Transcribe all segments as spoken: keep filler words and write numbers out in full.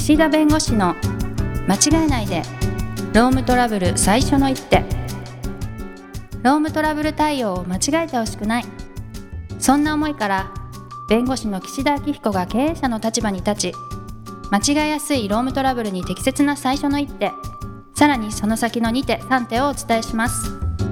岸田弁護士の間違えないでロームトラブル最初の一手。ロームトラブル対応を間違えてほしくない、そんな思いから弁護士の岸田明彦が経営者の立場に立ち、間違えやすいロームトラブルに適切な最初の一手、さらにその先のに手さん手をお伝えします。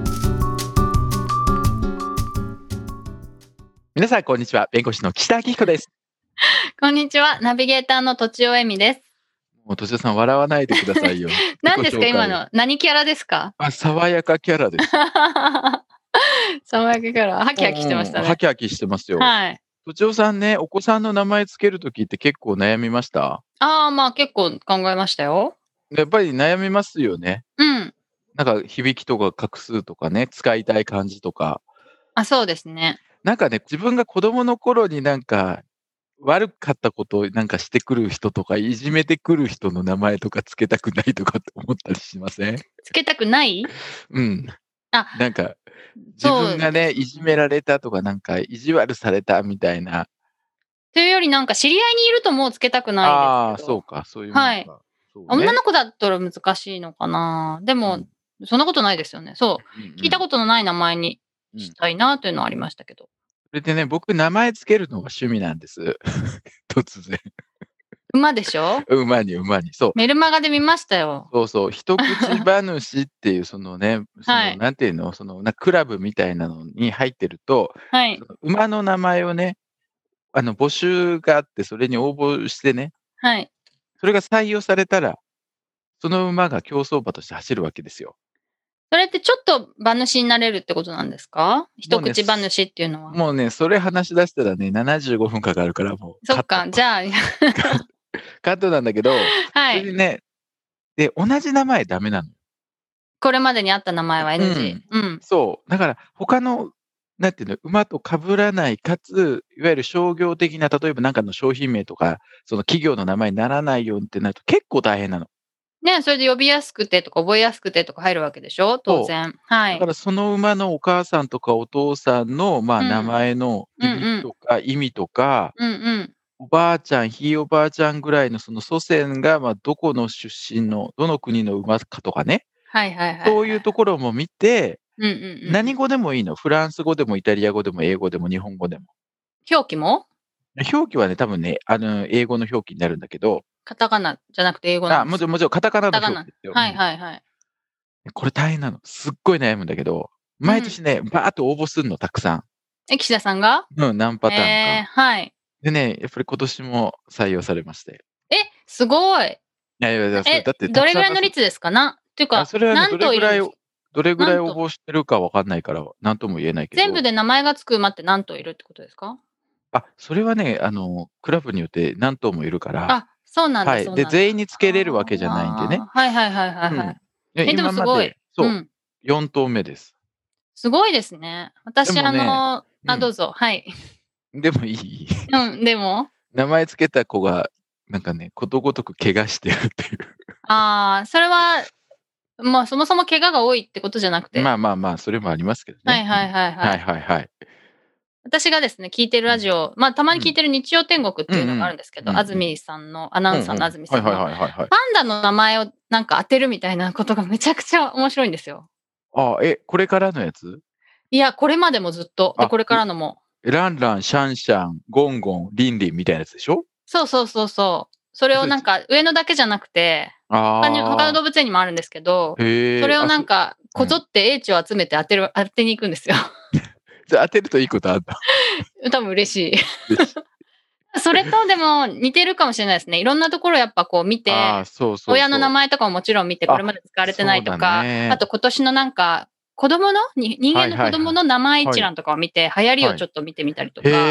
皆さんこんにちは、弁護士の岸田明彦です。 こんにちは、ナビゲーターのとちおえみです。 もうとちおさん笑わないでくださいよ。 何ですか今の、何キャラですか？ あ、爽やかキャラです。 爽やかキャラ、ハキハキしてましたね。 ハキハキしてますよ。 はい。 とちおさんね、お子さんの名前つけるときって結構悩みました？ ああ、まあ結構考えましたよ。 やっぱり悩みますよね。 うん。 なんか響きとか画数とかね、使いたい漢字とか。 あ、そうですね。 なんかね、自分が子供の頃になんか悪かったことをなんかしてくる人とか、いじめてくる人の名前とかつけたくないとかって思ったりしません？ つけたくない？ うん。 あ、 なんか自分がね、いじめられたとかなんか意地悪されたみたいな。 というよりなんか知り合いにいるともうつけたくないですけど。 ああ、そうか、そういうものか。 はい。 そうね、 女の子だったら難しいのかな。でも、うん、そんなことないですよね。そう、うんうん。聞いたことのない名前にしたいなというのはありましたけど。 それでね、僕名前つけるのが趣味なんです。突然。 馬でしょ？ 馬に馬に、そう。 メルマガで見ましたよ。 そうそう、一口馬主っていうそのね、その、はい、なんていうの、そのなクラブみたいなのに入ってると、 はい、 その馬の名前をね、あの募集があって、それに応募してね、 はい、 それが採用されたら、その馬が競走馬として走るわけですよ。 それってちょっと馬主になれるってことなんですか？一口馬主っていうのは。 もうね、それ話し出したらね、ななじゅうごふんかかるからもう。 そっか、じゃあ。 カットなんだけど、 はい。 それでね、で、同じ名前ダメなの。 これまでにあった名前は エヌジー。うん。うん、 そう。だから他の、なんていうの、馬と被らない、かつ、いわゆる商業的な、例えばなんかの商品名とか、その企業の名前にならないようにってなると結構大変なの。 ね、それで呼びやすくてとか覚えやすくてとか入るわけでしょ、当然。はい。 だからその馬のお母さんとかお父さんの、まあ、名前の響きとか意味とか、 うんうん、 おばあちゃん、ひいおばあちゃんぐらいのその祖先が、まあ、どこの出身の、どの国の馬かとかね、 はいはいはいはい、 そういうところも見て、 うんうんうん、 何語でもいいの。フランス語でもイタリア語でも英語でも日本語でも。 表記も？ 表記はね、多分ね、あの、英語の表記になるんだけど。 カタカナじゃなくて英語なんですか？ あ、もちろんもちろんカタカナの表記ですよ。 はいはいはい。 これ大変なの。すっごい悩むんだけど、毎年ね、うん、バーっと応募するの、たくさん。 え、岸田さんが？ うん、何パターンか。 えー、はい。 でね、やっぱり今年も採用されまして。 え、すごい。 いやいやいや、 え、 だってどれぐらいの率ですかな？っていうか、 それはね、 何頭いるんですか？ どれぐらい応募してるかわかんないから、なんとも言えないけど。 全部で名前がつく馬って何頭いるってことですか？ あ、それはね、あの、クラブによって何頭もいるから。 あ、そうなんだ、 はい。で、全員につけれるわけじゃないんでね。 はいはいはいはいはい。 うん、 え、でもすごい。 そう、うん、よん頭目です。 すごいですね。私、ね、あの、あ、どうぞ、はい。 でもいい？ うん、でも？ 名前つけた子が、なんかね、ことごとく怪我してるっていう。 ああ、それは、まあ、そもそも怪我が多いってことじゃなくて。 まあまあまあ、それもありますけどね。 はいはいはいはい。 はいはいはい。 私がですね、聞いてるラジオ、まあ、たまに聞いてる日曜天国っていうのがあるんですけど、安住さんの、アナウンサーの安住さんの、パンダの名前をなんか当てるみたいなことがめちゃくちゃ面白いんですよ。 ああ、え、これからのやつ？ いや、これまでもずっと。で、これからのも。 ランラン、シャンシャン、ゴンゴン、リンリンみたいなやつでしょ？ そうそうそうそう。それをなんか上野だけじゃなくて、他に他の動物園にもあるんですけど、それをなんかこぞって英知を集めて当てる当てに行くんですよ。 じゃあ当てるといいことあるの？多分嬉しい。それとでも似てるかもしれないですね。いろんなところやっぱこう見て、 そうそうそう、 親の名前とかももちろん見て、これまで使われてないとか、あ, ね、あと今年のなんか子供の人間の子供の名前一覧とかを見て、はいはいはい、流行りをちょっと見てみたりとか、はい、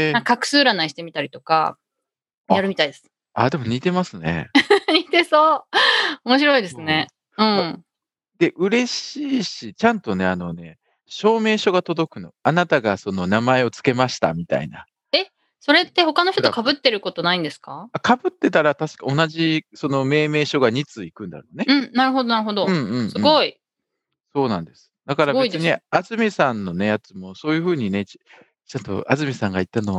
なんか画数占いしてみたりとかやるみたいです。 あ、でも似てますね。 似てそう。面白いですね。うん。 で、嬉しいし、ちゃんとね、あのね、証明書が届くの。あなたがその名前を付けましたみたいな。 え、それって他の人と被ってることないんですか？ あ、被ってたら確か同じその命名書がに通いくんだろうね。 うん、なるほどなるほど。うんうんうん、すごい。 そうなんです。だから別に安住さんのね、やつもそういう風にね、ちちょっと安住さんが言ったのを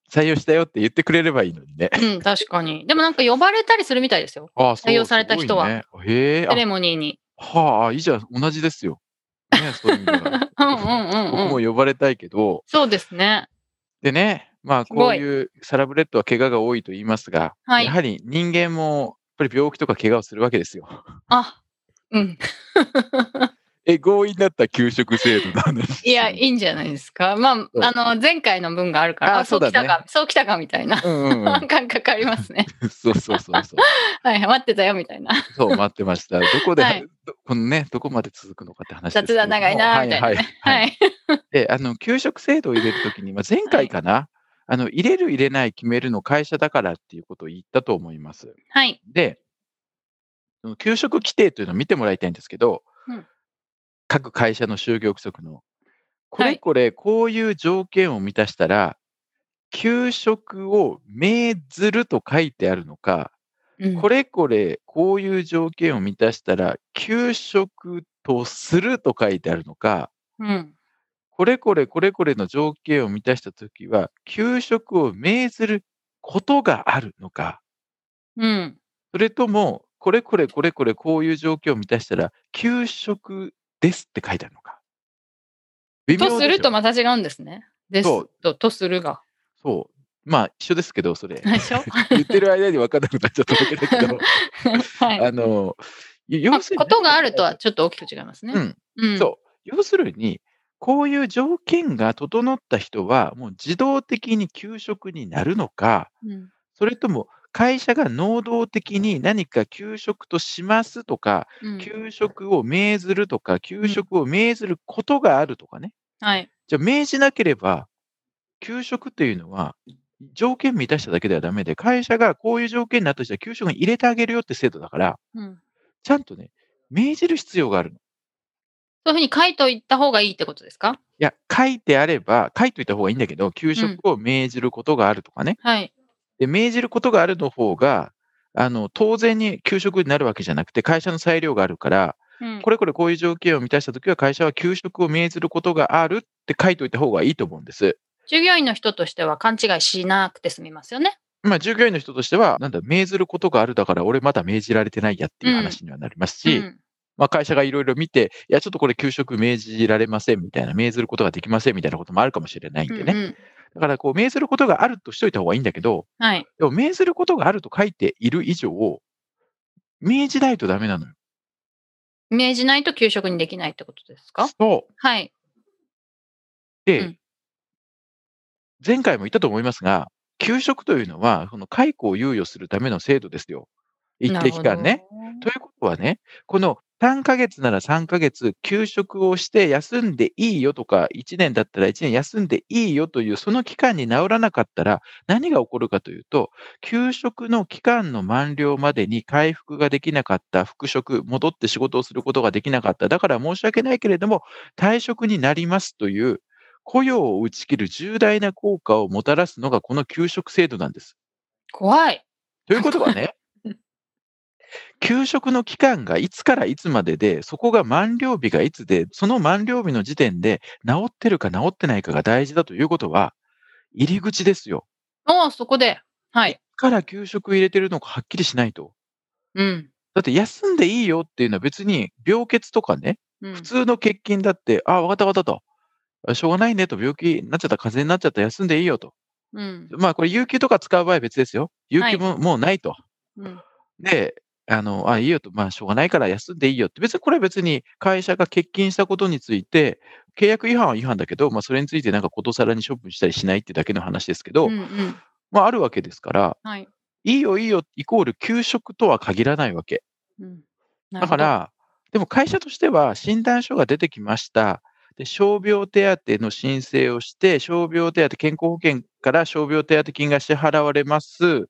採用したよって言ってくれればいいのにね。 うん、確かに。でもなんか呼ばれたりするみたいですよ。 ああ、そう、 採用さすれた人は。 ごいね。へえ、あ、 セレモニーに。 はあ、いいじゃん、同じですよ。ね、そういう意味では。 うんうんうん僕もうん。 呼ばれたいけど、 そうですね。 でね、まあ、 すごい。 こういうサラブレッドは怪我が多いと言いますが、 はい。 やはり人間もやっぱり病気とか怪我をするわけですよ。 あ、うん。 え、強引だった給食制度のいや、い話。 いんじゃないですか。まそう。 あ、あの、前回の分があるから、 ああ、 あ、 そうだね。 そうきたかそうきたかみたいなうんうんうん。 感覚ありますね。 そうそうそうそう。 はいはい、待ってたよみたいな。 そう、待ってました。どこで、ははい。 どこのね、どこまで続くのかって話です雑談けれども、 長いなはいはいみたいなね。 はい。 はい。 で、あの、給食制度を入れるときに、まあ、前はい。 回かな、あの、入れる入れない決めるの会社だからっていうことを言ったと思います。 はい。 で、その給食規定というのを見てもらいたいんですけど、 うん。 各会社の就業規則の、こはい。 れこれこういう条件を満たしたら、給食を命ずると書いてあるのか、 うん。 これこれこういう条件を満たしたら、給食とすると書いてあるのか、 うん。 これこれこれこれの条件を満たしたときは、給食を命ずることがあるのか、 うん。 それとも、これこれこれこれこういう条件を満たしたら、給食ですって書いてあるのか。微と妙でしょ。 するとまた違うんですね。でそう、 すと、とするが。 そう。まあ、一緒ですけど、それ。 でしょ？ 言ってる間に分かんなくなっちゃっただけだけど、 はい。 あの、よま、 要するにことがあると何かとはちょっと大きく違いますね。 うん、 うん。 そう。要するに、こういう条件が整った人は、もう自動的に給食になるのか、 うん。 それとも会社が能動的に何か給食としますとか、 うん。 給食を命ずるとか、給うん。 食を命ずることがあるとかね。 はい。 じゃ、命じなければ、給食っていうのは、条件満たしただけではダメで、会社がこういう条件になったとしたら給食に入れてあげるよって制度だから、 うん。 ちゃんとね、命じる必要があるの。 そういう風に書いといた方がいいってことですか？ いや、書いてあれば、書いといた方がいいんだけど、給食うん。 を命じることがあるとかね。 はい。 で、命じることがあるの方が、あの、当然に給食になるわけじゃなくて、会社の裁量があるから、 うん。 これこれこういう条件を満たしたときは、会社は給食を命ずることがあるって書いといた方がいいと思うんです。 従業員の人としては勘違いしなくて済みますよね。 まあ、従業員の人としては、なんだ、命ずることがあるだから、俺まだ命じられてないやっていううん。 話にはなりますし、 うん。 まあ、会社がいろいろ見て、いや、ちょっとこれ給食命じられませんみたいな、命ずることができませんみたいなこともあるかもしれないんでね。 うんうん。 だからこう命ずることがあるとしといた方がいいんだけど、 はい。 でも命ずることがあると書いている以上、命じないとダメなのよ。 命じないと給食にできないってことですか？ そう。 はい。うで、 ん。 前回も言ったと思いますが、給食というのは、その解雇を猶予するための制度ですよ。一定なるほど。 期間ね。ということはね、このさんかげつならさんかげつ休職をして休んでいいよとか、いちねんだったらいちねん休んでいいよというその期間に治らなかったら、何が起こるかというと、休職の期間の満了までに回復ができなかった、復職、戻って仕事をすることができなかった、だから申し訳ないけれども、退職になりますという、雇用を打ち切る重大な効果をもたらすのがこの休職制度なんです。 怖い。 ということはね、休職の期間がいつからいつまでで、そこが満了日がいつで、その満了日の時点で治ってるか治ってないかが大事だということは、入り口ですよ。 おお、そこで。はいつい。 から休職入れてるのかはっきりしないと。 うん。 だって休んでいいよっていうのは別に病欠とかね、普うん。 通の欠勤だって、ああ、わかったわかったと。あしょうがないねと、病気になっちゃった、風邪になっちゃった、休んでいいよと。 うん。 まあこれ有給とか使う場合は別ですよ。有はい。 給ももうないと。 うん。 で、あの、あ、いいよと、まあ、しょうがないから休んでいいよって、別にこれは別に会社が欠勤したことについて、契約違反は違反だけど、まあ、それについてなんかことさらに処分したりしないっていうだけの話ですけど、 うんうん。 まあ、あるわけですから、 はい。 いいよいいよイコール休職とは限らないわけ。 うん。なるほど。 だから、でも会社としては診断書が出てきました。で、傷病手当の申請をして、傷病手当、健康保険から傷病手当金が支払われます。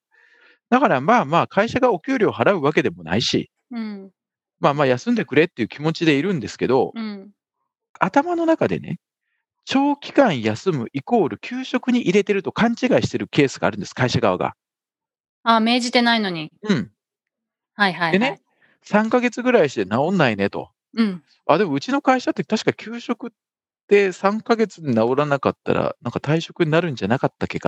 だからまあまあ、会社がお給料払うわけでもないし、 うん。 まあまあ、休んでくれっていう気持ちでいるんですけど、 うん。 頭の中でね、長期間休むイコール休職に入れてると勘違いしてるケースがあるんです、会社側が。 あ、命じてないのに。 うん。 はいはいでね、 はい。 さんかげつぐらいして治んないねと。 うん。 あ、でもうちの会社って確か休職ってさんかげつに治らなかったら、なんか退職になるんじゃなかったっけかと。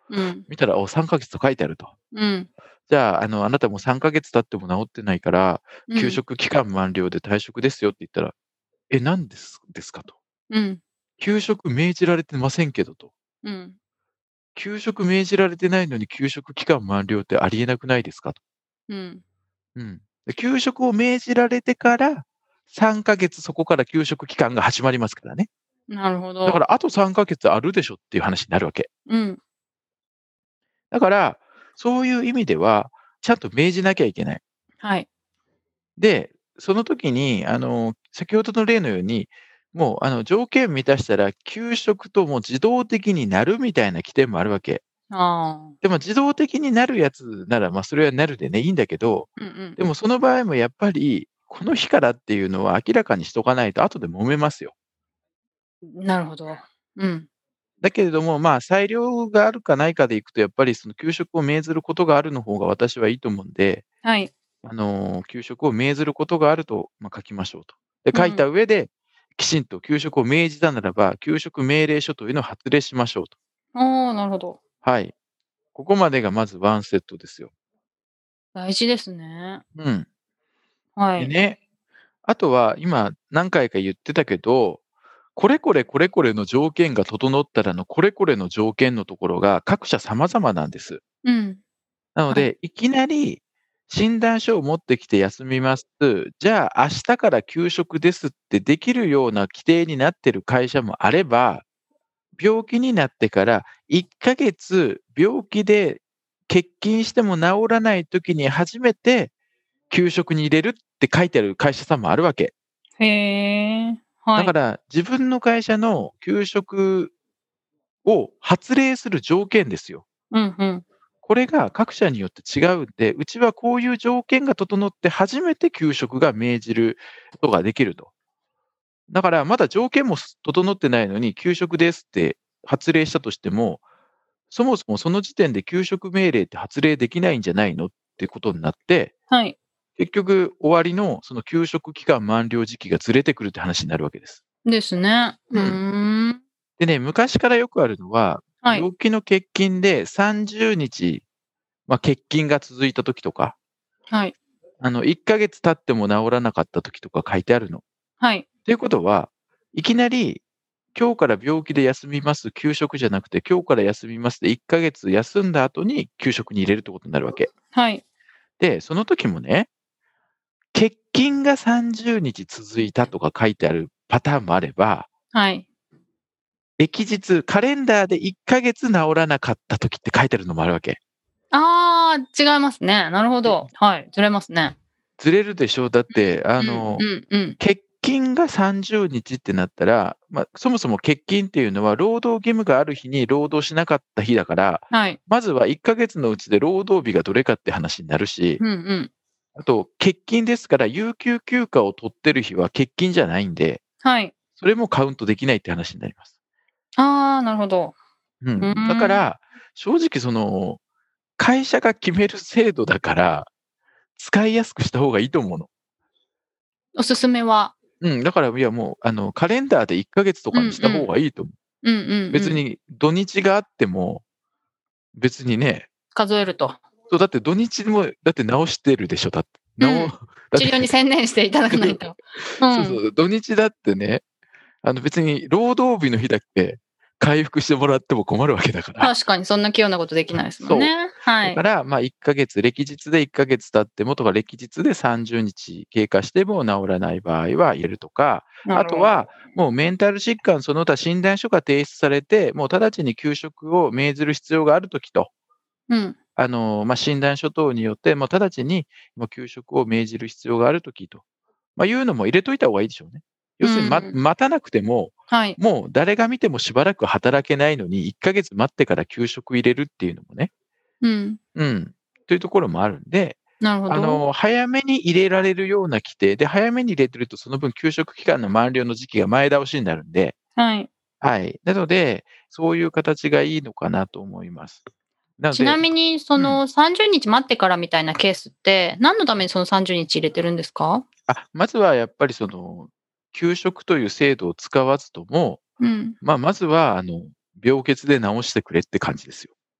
うん。 見たら、お、さんかげつと書いてあると。 うん。 じゃあ、あの、あなたもうさんかげつ経っても治ってないから、休うん。 職期間満了で退職ですよって言ったら、え、なんですですかと。 うん。 休職命じられてませんけどと。 うん。 休職命じられてないのに休職期間満了ってありえなくないですかと。 うん。 うん。で、休職を命じられてから、さんかげつそこから休職期間が始まりますからね。 なるほど。 だからあとさんかげつあるでしょっていう話になるわけ。 うん。 だから、そういう意味では、ちゃんと命じなきゃいけない。 はい。 で、その時に、あの、先ほどの例のように、もう、あの、条件満たしたら休職ともう自動的になるみたいな規定もあるわけ。 ああ。 でも自動的になるやつなら、ま、それはなるでね、いいんだけど、 うんうん。 でもその場合もやっぱり、この日からっていうのは明らかにしとかないと後で揉めますよ。 なるほど。うん。 だけれども、まあ、裁量があるかないかでいくと、やっぱりその休職を命ずることがあるの方が私はいいと思うんで、 はい。 あの、休職を命ずることがあると、まあ、書きましょうと。で、書いたうん。 上で、きちんと休職を命じたならば、休職命令書というのを発令しましょうと。 ああ、なるほど。 はい。ここまでがまずワンセットですよ。 大事ですね。 うん。 はい。 でね、あとは今何回か言ってたけど、これこれこれこれの条件が整ったらのこれこれの条件のところが各社様々なんです。 うん。はい。 なので、いきなり診断書を持ってきて休みます。じゃあ明日から休職ですってできるような規定になってる会社もあれば、病気になってからいっかげつ病気で欠勤しても治らない時に初めて休職に入れるって書いてある会社さんもあるわけ。 へえ。はい。 だから自分の会社の休職を発令する条件ですよ。 うんうん。 これが各社によって違うんで、うちはこういう条件が整って初めて休職が命じることができると。だからまだ条件も整ってないのに休職ですって発令したとしても、そもそもその時点で休職命令って発令できないんじゃないのってことになって、 はい。 結局終わりのその休職期間満了時期がずれてくるって話になるわけです。 ですね。ううん。 ーん。 でね、昔からよくあるのは、 はい。 病気の欠勤でさんじゅうにち、まあ、欠勤が続いた時とか、 はい。 あの、いっかげつ経っても治らなかった時とか書いてあるの。 はい。 ということは、いきなり、今日から病気で休みます、休職じゃなくて、今日から休みますでいっかげつ休んだ後に休職に入れるってことになるわけ。 はい。 で、その時もね、欠勤がさんじゅうにち続いたとか書いてあるパターンもあれば、 はい。 歴日、カレンダーでいっかげつ治らなかった時って書いてあるのもあるわけ。 ああ、違いますね。なるほど。はい、ずれますね。 ずれるでしょう。だって、あうんの、 うんうん。 欠勤がさんじゅうにちってなったら、まあ、そもそも欠勤っていうのは、労働義務がある日に労働しなかった日だから、 はい。 まずはいっかげつのうちで労働日がどれかって話になるし、 うんうん。 あと、欠勤ですから、有給休暇を取ってる日は欠勤じゃないんで、 はい。 それもカウントできないって話になります。 ああ、なるほど。うーうん。だかん。 ら、正直その、会社が決める制度だから、使いやすくした方がいいと思うの。 おすすめは？ うん、だから、いやもう、あの、カレンダーでいっかげつとうんかにした方うん。 がいいと思う。 うんうんうん。 別に土日があっても、別にね、 数えると。 そう、だって土日も、だって直してるでしょ、だって。なおうん。 だって、 治療に専念していただかないと。うん。 そうそう、土日だってね、あの、別に労働日の日だけ回復してもらっても困るわけだから。 確かにそんな器用なことできないですもんそう。 ね。はい。 だから、まあ、いっかげつ、歴日でいっかげつ経ってもとか、歴日でさんじゅうにち経過しても治らない場合は入れるとか、 なるほど。 あとは、もうメンタル疾患その他診断書が提出されて、もう直ちに休職を命ずる必要があるときと、 うん。 あの、まあ、診断書等によって、もう直ちにもう休職を命じる必要があるときと、まあ、いうのも入れといた方がいいでしょうね。 う要するに、まん。 待たなくても、 はい。 もう誰が見てもしばらく働けないのに、いっかげつ待ってから休職入れるっていうのもね、 うん。 うん、というところもあるんで、 なるほど。 あの、早めに入れられるような規定で、早めに入れてるとその分休職期間の満了の時期が前倒しになるんで、 はい。 はい。なので、そういう形がいいのかなと思います。なのちなで、 みにそうん。 のさんじゅうにち待ってからみたいなケースって、何のためにそのさんじゅうにち入れてるんですか？ あ、まずはやっぱりその、休職という制度を使わずとも、 うん。 まあ、まずはあの、病欠で治してくれって感じですよ。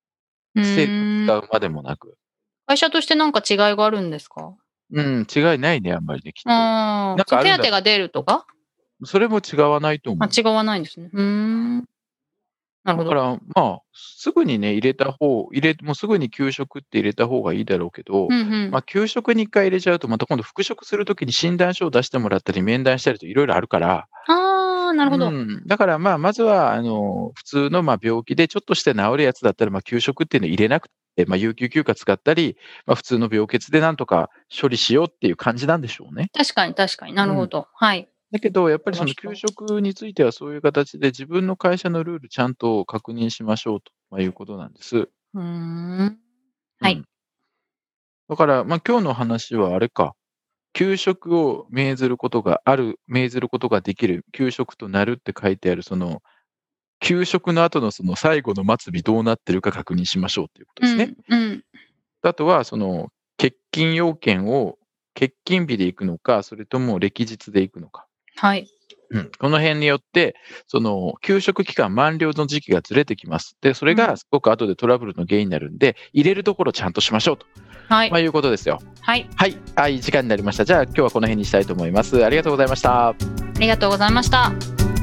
う癖ーん。 使うまでもなく。 会社としてなんか違いがあるんですか？ うん、違いないね、あんまりね、きっと。 ああ、 なんそかあるんだろ手当が出るとか？ う。それも違わないと思あ、 う。 違わないんですね。ふーん。なるほど。 だから、まあ、すぐにね、入れた方入れもうすぐに給食って入れた方がいいだろうけど、 うんうん。 ま、給食にいっかい入れちゃうと、また今度復職する時に診断書を出してもらったり、面談したりと色々あるから、 ああ、なるほど。 うん、だからまあ、まずはあの、普通の、ま、病気でちょっとして治るやつだったら、ま、給食っていうの入れなくて、ま、有給休暇使ったり、ま、普通の病欠でなんとか処理しようっていう感じなんでしょうね。 確かに確かに、なうん。 るほど。はい。 だけど、やっぱりその給かりました。 食についてはそういう形で自分の会社のルールちゃんと確認しましょうと、ま、いうことなんです。 ふーん。はい。 うん。だから、ま、今日の話はあれか、給食を命ずることがある命ずることができる、給食となるって書いてあるその、給食の後のその最後の末尾どうなってるか確認しましょうっていうことですね。 うん、うん。 あとはその、欠勤要件を欠勤日で行くのか、それとも歴日で行くのか。 はい。 うん、この辺によって、その給食期間満了の時期がずれてきます。で、それうん。 がすごく後でトラブルの原因になるんで、入れるところちゃんとしましょうと、 はい。 ま、いうことですよ。 はい。 はい、あ、いい時間になりました。じゃあ今日はこの辺にしたいと思います。ありがとうございました。 ありがとうございました。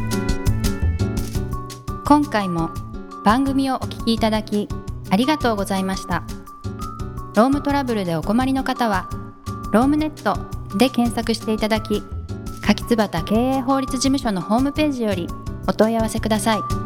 今回も番組をお聞きいただきありがとうございました。ロームトラブルでお困りの方は、ロームネットで検索していただき、柿椿経営法律事務所のホームページよりお問い合わせください。